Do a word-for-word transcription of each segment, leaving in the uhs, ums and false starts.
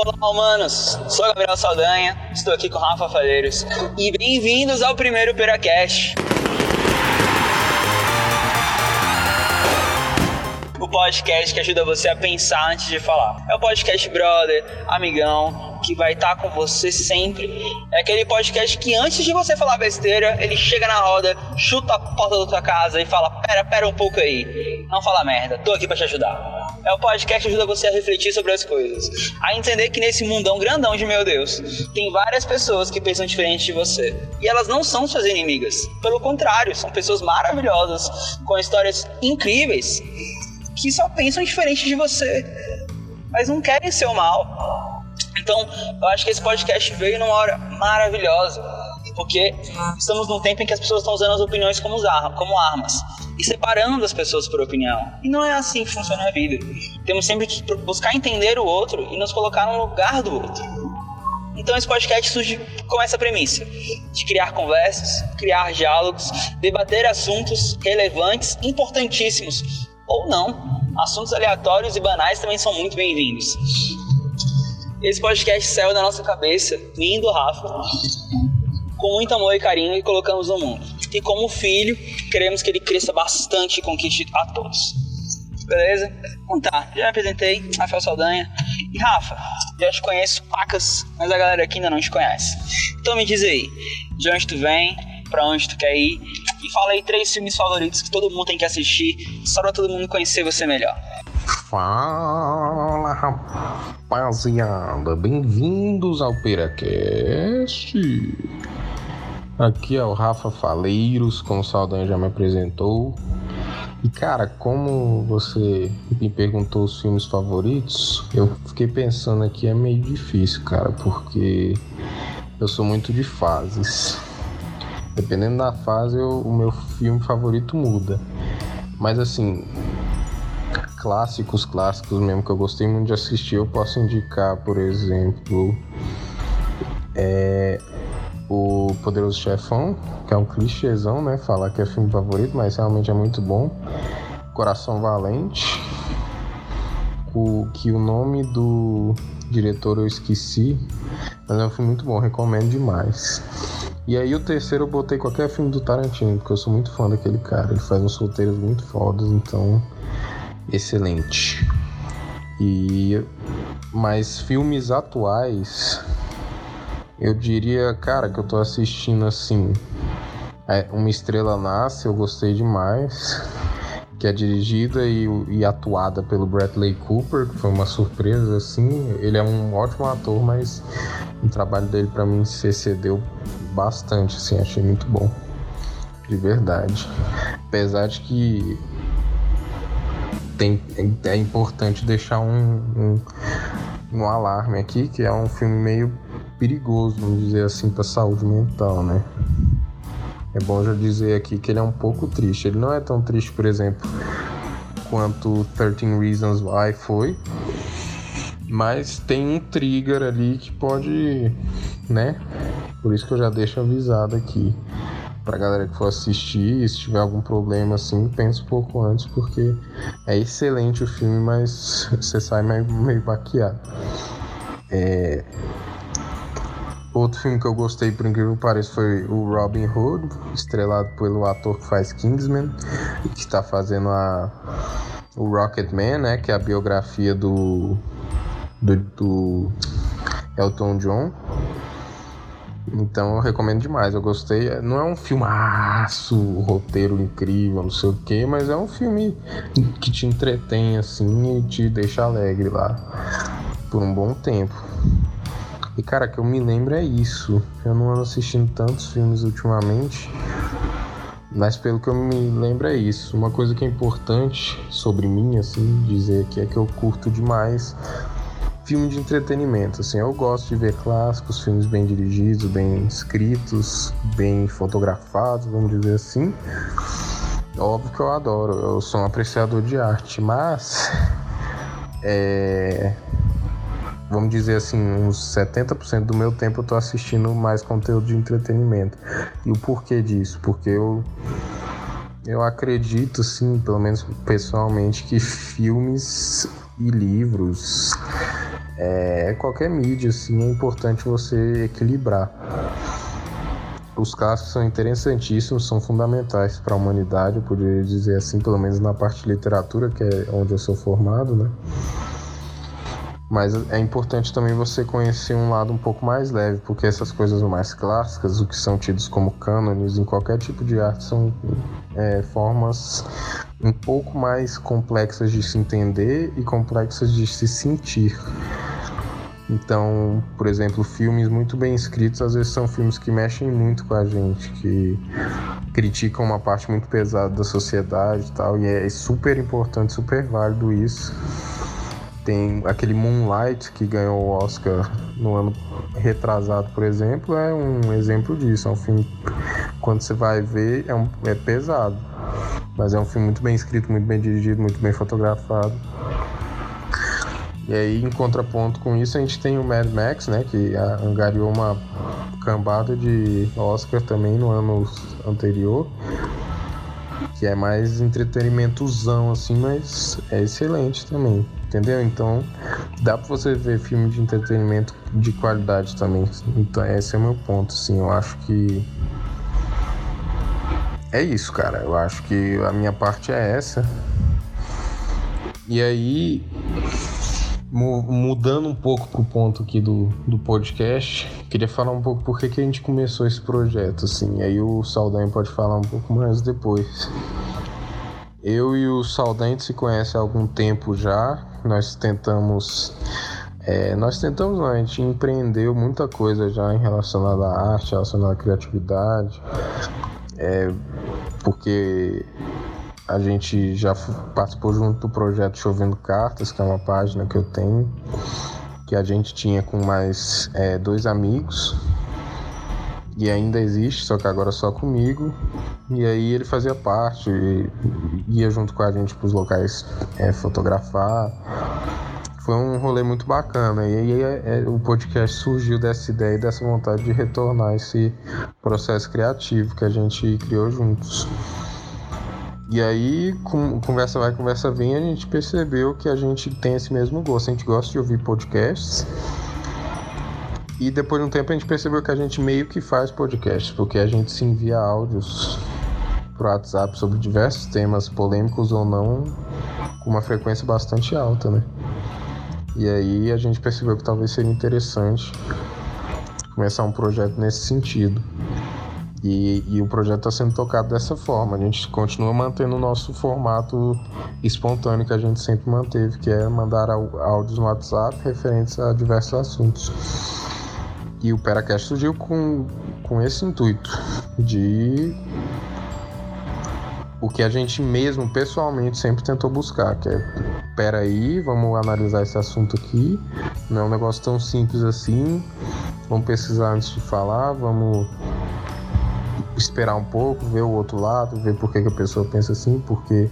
Olá, humanos! Sou Gabriel Saldanha, estou aqui com Rafa Faleiros e bem-vindos ao primeiro PeraCast. O podcast que ajuda você a pensar antes de falar. É o podcast brother, amigão, que vai estar com você sempre. É aquele podcast que antes de você falar besteira, ele chega na roda, chuta a porta da tua casa e fala: Pera, pera um pouco aí, não fala merda, tô aqui pra te ajudar. É o podcast que ajuda você a refletir sobre as coisas, a entender que nesse mundão grandão de meu Deus, tem várias pessoas que pensam diferente de você. E elas não são suas inimigas. Pelo contrário, são pessoas maravilhosas, com histórias incríveis, que só pensam diferente de você, mas não querem seu mal. Então, eu acho que esse podcast veio numa hora maravilhosa, porque estamos num tempo em que as pessoas estão usando as opiniões como, como armas e separando as pessoas por opinião. E não é assim que funciona a vida. Temos sempre que buscar entender o outro e nos colocar no lugar do outro. Então esse podcast surge com essa premissa de criar conversas, criar diálogos, debater assuntos relevantes, importantíssimos, ou não. Assuntos aleatórios e banais também são muito bem-vindos. Esse podcast saiu da nossa cabeça, mim e do Rafa, com muito amor e carinho, e colocamos no mundo. E como filho, queremos que ele cresça bastante e conquiste a todos. Beleza? Então tá, já me apresentei, Rafael Saldanha. E Rafa, já te conheço pacas, mas a galera aqui ainda não te conhece. Então me diz aí, de onde tu vem, pra onde tu quer ir, e fala aí três filmes favoritos que todo mundo tem que assistir, só pra todo mundo conhecer você melhor. Fala, rapaziada, bem-vindos ao PeraCast. Aqui é o Rafa Faleiros, como o Saldanha já me apresentou. E cara, como você me perguntou os filmes favoritos, eu fiquei pensando aqui, é meio difícil, cara, porque eu sou muito de fases. Dependendo da fase, eu, o meu filme favorito muda. Mas assim, clássicos, clássicos mesmo, que eu gostei muito de assistir, eu posso indicar, por exemplo, é, o Poderoso Chefão, que é um clichêzão, né? Falar que é filme favorito, mas realmente é muito bom. Coração Valente, o, que o nome do diretor eu esqueci, mas é um filme muito bom, recomendo demais. E aí o terceiro eu botei qualquer filme do Tarantino, porque eu sou muito fã daquele cara, ele faz uns roteiros muito fodas, então excelente. E mas filmes atuais, eu diria, cara, que eu tô assistindo assim, é Uma Estrela Nasce, eu gostei demais, que é dirigida e, e atuada pelo Bradley Cooper, que foi uma surpresa, assim. Ele é um ótimo ator, mas o trabalho dele pra mim se excedeu bastante, assim, achei muito bom, de verdade. Apesar de que tem, é importante deixar um, um, um alarme aqui, que é um filme meio perigoso, vamos dizer assim, pra saúde mental, né? É bom já dizer aqui que ele é um pouco triste. Ele não é tão triste, por exemplo, quanto treze Reasons Why foi, mas tem um trigger ali que pode, né? Por isso que eu já deixo avisado aqui pra galera que for assistir, e se tiver algum problema assim, pense um pouco antes, porque é excelente o filme, mas você sai meio, meio baqueado. É... Outro filme que eu gostei, por incrível que pareça, foi o Robin Hood, estrelado pelo ator que faz Kingsman, e que está fazendo a, o Rocketman, né, que é a biografia do, do, do Elton John. Então eu recomendo demais, eu gostei. Não é um filmaço, roteiro incrível, não sei o que, mas é um filme que te entretém assim e te deixa alegre lá por um bom tempo. E cara, que eu me lembro é isso. Eu não ando assistindo tantos filmes ultimamente, mas pelo que eu me lembro é isso. Uma coisa que é importante sobre mim, assim, dizer aqui, é que eu curto demais filme de entretenimento, assim. Eu gosto de ver clássicos, filmes bem dirigidos, bem escritos, bem fotografados, vamos dizer assim. Óbvio que eu adoro, eu sou um apreciador de arte, mas é... vamos dizer assim, uns setenta por cento do meu tempo eu tô assistindo mais conteúdo de entretenimento. E o porquê disso? Porque eu, eu acredito, sim, pelo menos pessoalmente, que filmes e livros é, qualquer mídia, assim, é importante você equilibrar. Os clássicos são interessantíssimos, são fundamentais para a humanidade, eu poderia dizer assim, pelo menos na parte de literatura, que é onde eu sou formado, né? Mas é importante também você conhecer um lado um pouco mais leve, porque essas coisas mais clássicas, o que são tidos como cânones em qualquer tipo de arte, são é, formas um pouco mais complexas de se entender e complexas de se sentir. Então, por exemplo, filmes muito bem escritos, às vezes são filmes que mexem muito com a gente, que criticam uma parte muito pesada da sociedade e tal, e é super importante, super válido isso. Tem aquele Moonlight que ganhou o Oscar no ano retrasado, por exemplo, é um exemplo disso. É um filme, quando você vai ver, é, um, é pesado, mas é um filme muito bem escrito, muito bem dirigido, muito bem fotografado. E aí, em contraponto com isso, a gente tem o Mad Max, né, que angariou uma cambada de Oscar também no ano anterior, que é mais entretenimento-zão, assim, mas é excelente também, entendeu? Então, dá pra você ver filme de entretenimento de qualidade também. Então, esse é o meu ponto, assim, eu acho que... É isso, cara, eu acho que a minha parte é essa. E aí... Mudando um pouco pro ponto aqui do, do podcast, queria falar um pouco por que que a gente começou esse projeto, assim, aí o Saldanha pode falar um pouco mais depois. Eu e o Saldanha se conhecem há algum tempo já, nós tentamos, é, nós tentamos não, a gente empreendeu muita coisa já em relacionada à arte, relacionada à criatividade, é, porque... A gente já participou junto do projeto Chovendo Cartas, que é uma página que eu tenho, que a gente tinha com mais é, dois amigos, e ainda existe, só que agora só comigo. E aí ele fazia parte, ia junto com a gente para os locais é, fotografar. Foi um rolê muito bacana, e aí é, é, o podcast surgiu dessa ideia e dessa vontade de retornar esse processo criativo que a gente criou juntos. E aí, com, conversa vai, conversa vem, a gente percebeu que a gente tem esse mesmo gosto. A gente gosta de ouvir podcasts. E depois de um tempo a gente percebeu que a gente meio que faz podcasts, porque a gente se envia áudios pro WhatsApp sobre diversos temas, polêmicos ou não, com uma frequência bastante alta, né? E aí a gente percebeu que talvez seria interessante começar um projeto nesse sentido. E, e o projeto está sendo tocado dessa forma. A gente continua mantendo o nosso formato espontâneo que a gente sempre manteve, que é mandar áudios no WhatsApp referentes a diversos assuntos. E o Peracast surgiu com, com esse intuito de o que a gente mesmo, pessoalmente, sempre tentou buscar, que é, peraí, vamos analisar esse assunto aqui, não é um negócio tão simples assim, vamos pesquisar antes de falar, vamos esperar um pouco, ver o outro lado, ver por que, que a pessoa pensa assim, porque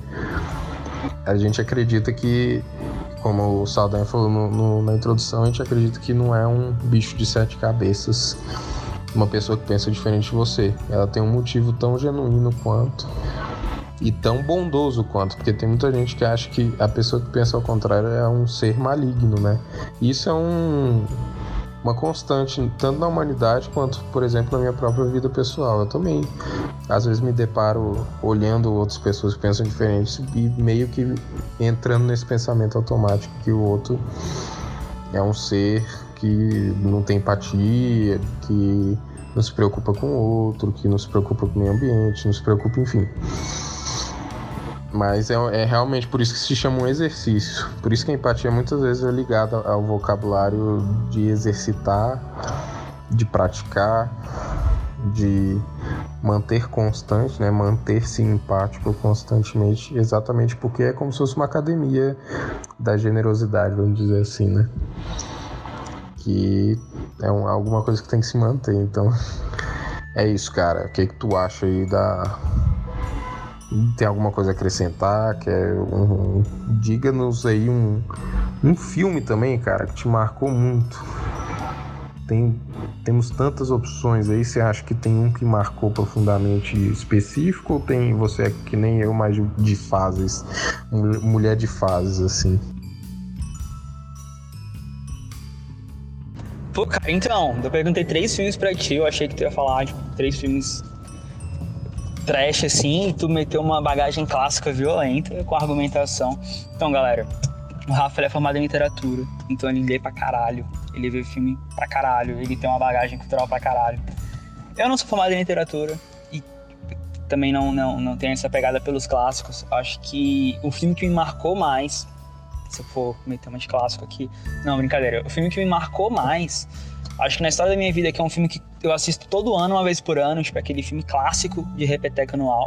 a gente acredita que, como o Saldanha falou no, no, na introdução, a gente acredita que não é um bicho de sete cabeças, uma pessoa que pensa diferente de você. Ela tem um motivo tão genuíno quanto e tão bondoso quanto, porque tem muita gente que acha que a pessoa que pensa ao contrário é um ser maligno, né? Isso é um... uma constante, tanto na humanidade quanto, por exemplo, na minha própria vida pessoal. Eu também, às vezes, me deparo olhando outras pessoas que pensam diferentes e meio que entrando nesse pensamento automático que o outro é um ser que não tem empatia, que não se preocupa com o outro, que não se preocupa com o meio ambiente, não se preocupa, enfim. Mas é, é realmente por isso que se chama um exercício. Por isso que a empatia muitas vezes é ligada ao vocabulário de exercitar, de praticar, de manter constante, né? Manter-se empático constantemente, exatamente porque é como se fosse uma academia da generosidade, vamos dizer assim, né? Que é um, alguma coisa que tem que se manter. Então, é isso, cara. O que, que tu acha aí da... Tem alguma coisa a acrescentar? Que é um, um, diga-nos aí um, um filme também, cara, que te marcou muito. Tem, temos tantas opções aí. Você acha que tem um que marcou profundamente específico? Ou tem você é que nem eu, mais de, de fases, mulher de fases, assim? Pô, cara, então, eu perguntei três filmes pra ti, eu achei que tu ia falar, tipo, três filmes trash, assim, e tu meteu uma bagagem clássica violenta com argumentação. Então, galera, o Rafa ele é formado em literatura, então ele lê pra caralho, ele vê filme pra caralho, ele tem uma bagagem cultural pra caralho. Eu não sou formado em literatura e também não, não, não tenho essa pegada pelos clássicos. Eu acho que o filme que me marcou mais, se eu for meter uma de clássico aqui, não, brincadeira, o filme que me marcou mais, acho que na história da minha vida, que é um filme que eu assisto todo ano, uma vez por ano, tipo aquele filme clássico de repeteca anual,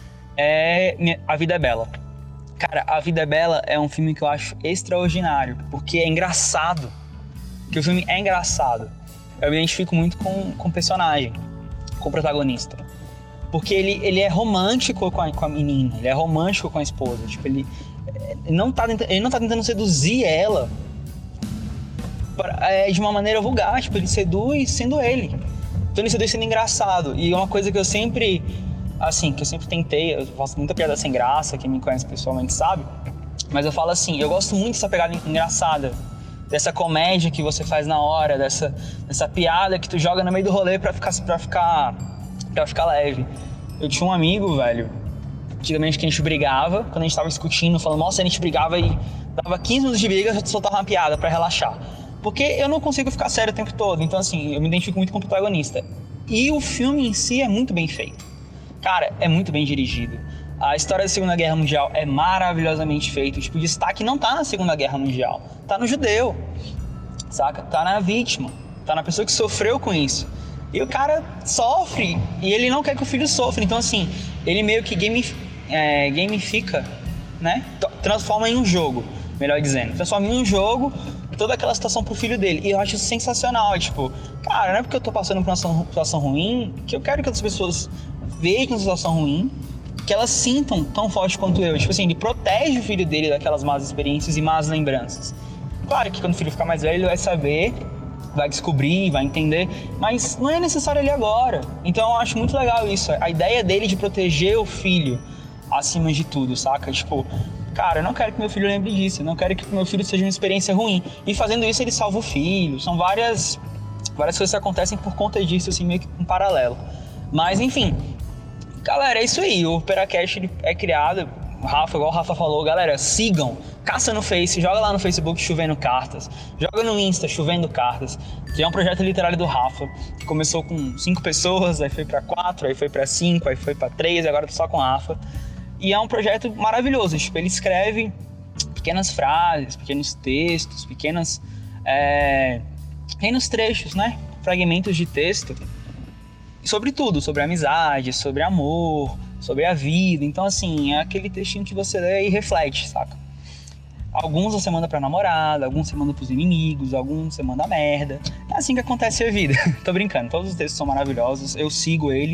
é A Vida é Bela. Cara, A Vida é Bela é um filme que eu acho extraordinário, porque é engraçado, que o filme é engraçado. Eu me identifico muito com, com o personagem, com o protagonista, porque ele, ele é romântico com a, com a menina, ele é romântico com a esposa, tipo, ele, ele, não, tá, ele não tá tentando seduzir ela pra, é, de uma maneira vulgar, tipo, ele seduz sendo ele, então ele seduz sendo engraçado, e é uma coisa que eu sempre... Assim, que eu sempre tentei, eu faço muita piada sem graça, quem me conhece pessoalmente sabe, mas eu falo assim, eu gosto muito dessa pegada engraçada, dessa comédia que você faz na hora, dessa, dessa piada que tu joga no meio do rolê pra ficar, pra ficar, pra ficar leve. Eu tinha um amigo, velho, antigamente que a gente brigava, quando a gente tava discutindo, falando, nossa, a gente brigava e dava quinze minutos de briga, eu soltava uma piada pra relaxar. Porque eu não consigo ficar sério o tempo todo, então assim, eu me identifico muito com o protagonista. E o filme em si é muito bem feito. Cara, é muito bem dirigido. A história da Segunda Guerra Mundial é maravilhosamente feita. Tipo, o destaque não tá na Segunda Guerra Mundial. Tá no judeu, saca? Tá na vítima. Tá na pessoa que sofreu com isso. E o cara sofre e ele não quer que o filho sofra. Então, assim, ele meio que gamif- é, gamifica, né? Transforma em um jogo, melhor dizendo. Transforma em um jogo toda aquela situação pro filho dele. E eu acho isso sensacional. Tipo, cara, não é porque eu tô passando por uma situação ruim que eu quero que outras pessoas vejam a situação ruim, que elas sintam tão forte quanto eu. Tipo assim, ele protege o filho dele daquelas más experiências e más lembranças. Claro que quando o filho ficar mais velho, ele vai saber, vai descobrir, vai entender, mas não é necessário ele agora. Então eu acho muito legal isso, a ideia dele de proteger o filho acima de tudo, saca? Tipo, cara, eu não quero que meu filho lembre disso, eu não quero que meu filho seja uma experiência ruim. E fazendo isso, ele salva o filho. São várias, várias coisas que acontecem por conta disso, assim, meio que em paralelo. Mas, enfim... Galera, é isso aí, o Operacast ele é criado, o Rafa, igual o Rafa falou, galera, sigam, caça no Face, joga lá no Facebook Chovendo Cartas, joga no Insta Chovendo Cartas, que é um projeto literário do Rafa, que começou com cinco pessoas, aí foi pra quatro, aí foi pra cinco, aí foi pra três, agora tá só com o Rafa. E é um projeto maravilhoso, tipo, ele escreve pequenas frases, pequenos textos, pequenas, é, pequenos trechos, né, fragmentos de texto, sobre tudo, sobre amizade, sobre amor, sobre a vida. Então, assim, é aquele textinho que você lê e reflete, saca? Alguns você manda pra namorada, alguns você manda pros inimigos, alguns você manda merda. É assim que acontece a vida. Tô brincando, todos os textos são maravilhosos, eu sigo ele.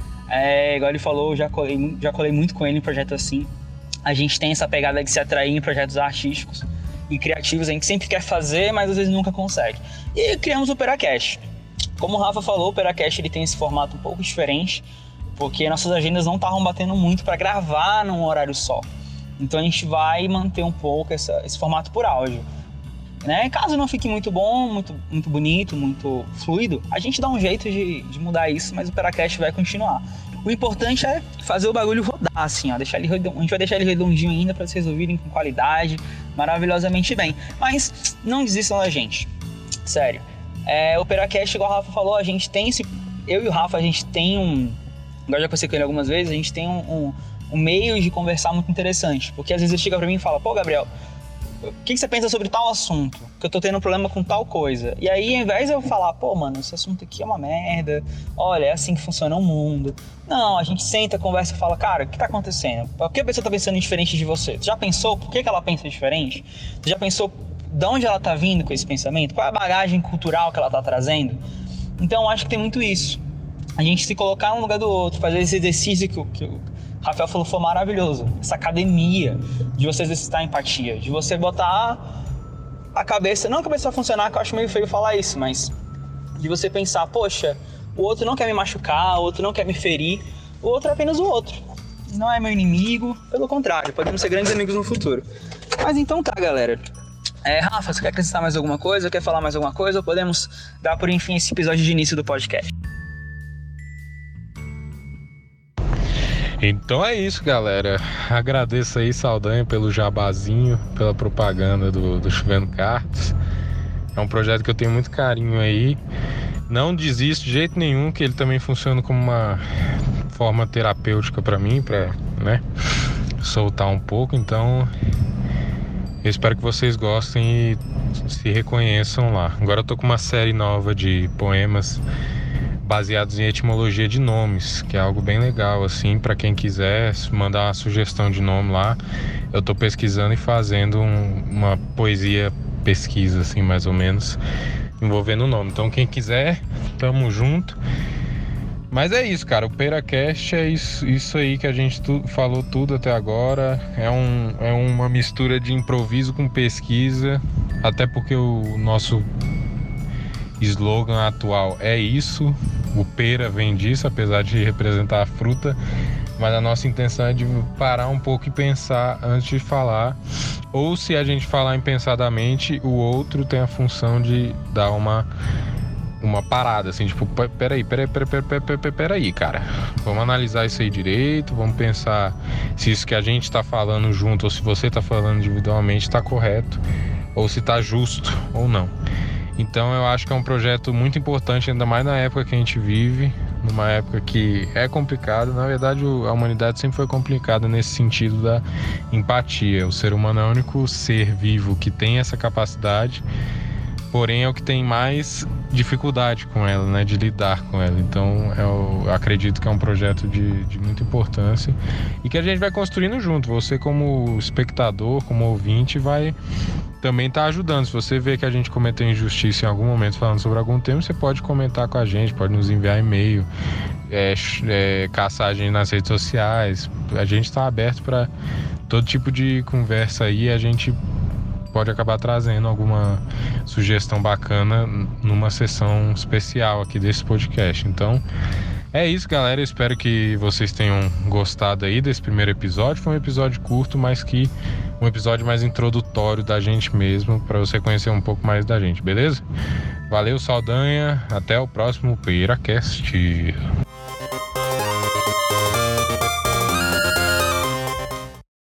É, igual ele falou, eu já colei, já colei muito com ele em projeto assim. A gente tem essa pegada de se atrair em projetos artísticos e criativos, a gente sempre quer fazer, mas às vezes nunca consegue. E criamos o Operacast. Como o Rafa falou, o Operacast ele tem esse formato um pouco diferente, porque nossas agendas não estavam batendo muito para gravar num horário só. Então a gente vai manter um pouco essa, esse formato por áudio. Né? Caso não fique muito bom, muito, muito bonito, muito fluido, a gente dá um jeito de, de mudar isso, mas o Operacast vai continuar. O importante é fazer o bagulho rodar, assim, ó, deixar ele redond... a gente vai deixar ele redondinho ainda para vocês ouvirem com qualidade, maravilhosamente bem. Mas não desistam da gente, sério. É, o Operacast, igual o Rafa falou, a gente tem esse... Eu e o Rafa, a gente tem um... Agora já conversei com ele algumas vezes, a gente tem um, um, um meio de conversar muito interessante. Porque às vezes ele chega pra mim e fala, pô, Gabriel, o que, que você pensa sobre tal assunto? Que eu tô tendo um problema com tal coisa. E aí, ao invés de eu falar, pô, mano, esse assunto aqui é uma merda, olha, é assim que funciona o mundo. Não, a gente senta, conversa e fala, cara, o que tá acontecendo? Por que a pessoa tá pensando diferente de você? Você já pensou por que, que ela pensa diferente? Você já pensou de onde ela tá vindo com esse pensamento? Qual é a bagagem cultural que ela tá trazendo? Então, eu acho que tem muito isso. A gente se colocar um lugar do outro, fazer esse exercício que o, que o Rafael falou foi maravilhoso. Essa academia de você exercitar a empatia, de você botar a cabeça, não a cabeça vai funcionar, que eu acho meio feio falar isso, mas de você pensar, poxa, o outro não quer me machucar, o outro não quer me ferir, o outro é apenas o outro. Não é meu inimigo, pelo contrário, podemos ser grandes amigos no futuro. Mas então tá, galera. É, Rafa, você quer acrescentar mais alguma coisa? Quer falar mais alguma coisa? Ou podemos dar por enfim esse episódio de início do podcast? Então é isso, galera. Agradeço aí, Saldanha, pelo jabazinho, pela propaganda do, do Chovendo Cartas. É um projeto que eu tenho muito carinho aí. Não desisto de jeito nenhum, que ele também funciona como uma forma terapêutica para mim, para, né, soltar um pouco. Então, eu espero que vocês gostem e se reconheçam lá. Agora eu tô com uma série nova de poemas baseados em etimologia de nomes, que é algo bem legal, assim, para quem quiser mandar uma sugestão de nome lá. Eu tô pesquisando e fazendo um, uma poesia pesquisa, assim, mais ou menos, envolvendo o nome. Então, quem quiser, tamo junto. Mas é isso, cara. O PeiraCast é isso, isso aí que a gente tu, falou tudo até agora. É, um, é uma mistura de improviso com pesquisa, até porque o nosso slogan atual é isso. O pera vem disso, apesar de representar a fruta, mas a nossa intenção é de parar um pouco e pensar antes de falar. Ou se a gente falar impensadamente, o outro tem a função de dar uma, uma parada, assim, tipo, peraí, peraí, peraí, peraí, peraí, peraí, cara. Vamos analisar isso aí direito, vamos pensar se isso que a gente tá falando junto ou se você tá falando individualmente tá correto, ou se tá justo ou não. Então eu acho que é um projeto muito importante, ainda mais na época que a gente vive, numa época que é complicada. Na verdade, a humanidade sempre foi complicada nesse sentido da empatia. O ser humano é o único ser vivo que tem essa capacidade, porém é o que tem mais dificuldade com ela, né, de lidar com ela. Então eu acredito que é um projeto de, de muita importância e que a gente vai construindo junto. Você, como espectador, como ouvinte, vai também tá ajudando. Se você vê que a gente cometeu injustiça em algum momento falando sobre algum tema, você pode comentar com a gente, pode nos enviar e-mail, é, é, caçar a gente nas redes sociais. A gente está aberto para todo tipo de conversa aí. A gente pode acabar trazendo alguma sugestão bacana numa sessão especial aqui desse podcast. Então é isso, galera. Eu espero que vocês tenham gostado aí desse primeiro episódio. Foi um episódio curto, mas que um episódio mais introdutório da gente mesmo, para você conhecer um pouco mais da gente, beleza? Valeu, Saldanha. Até o próximo PeiraCast.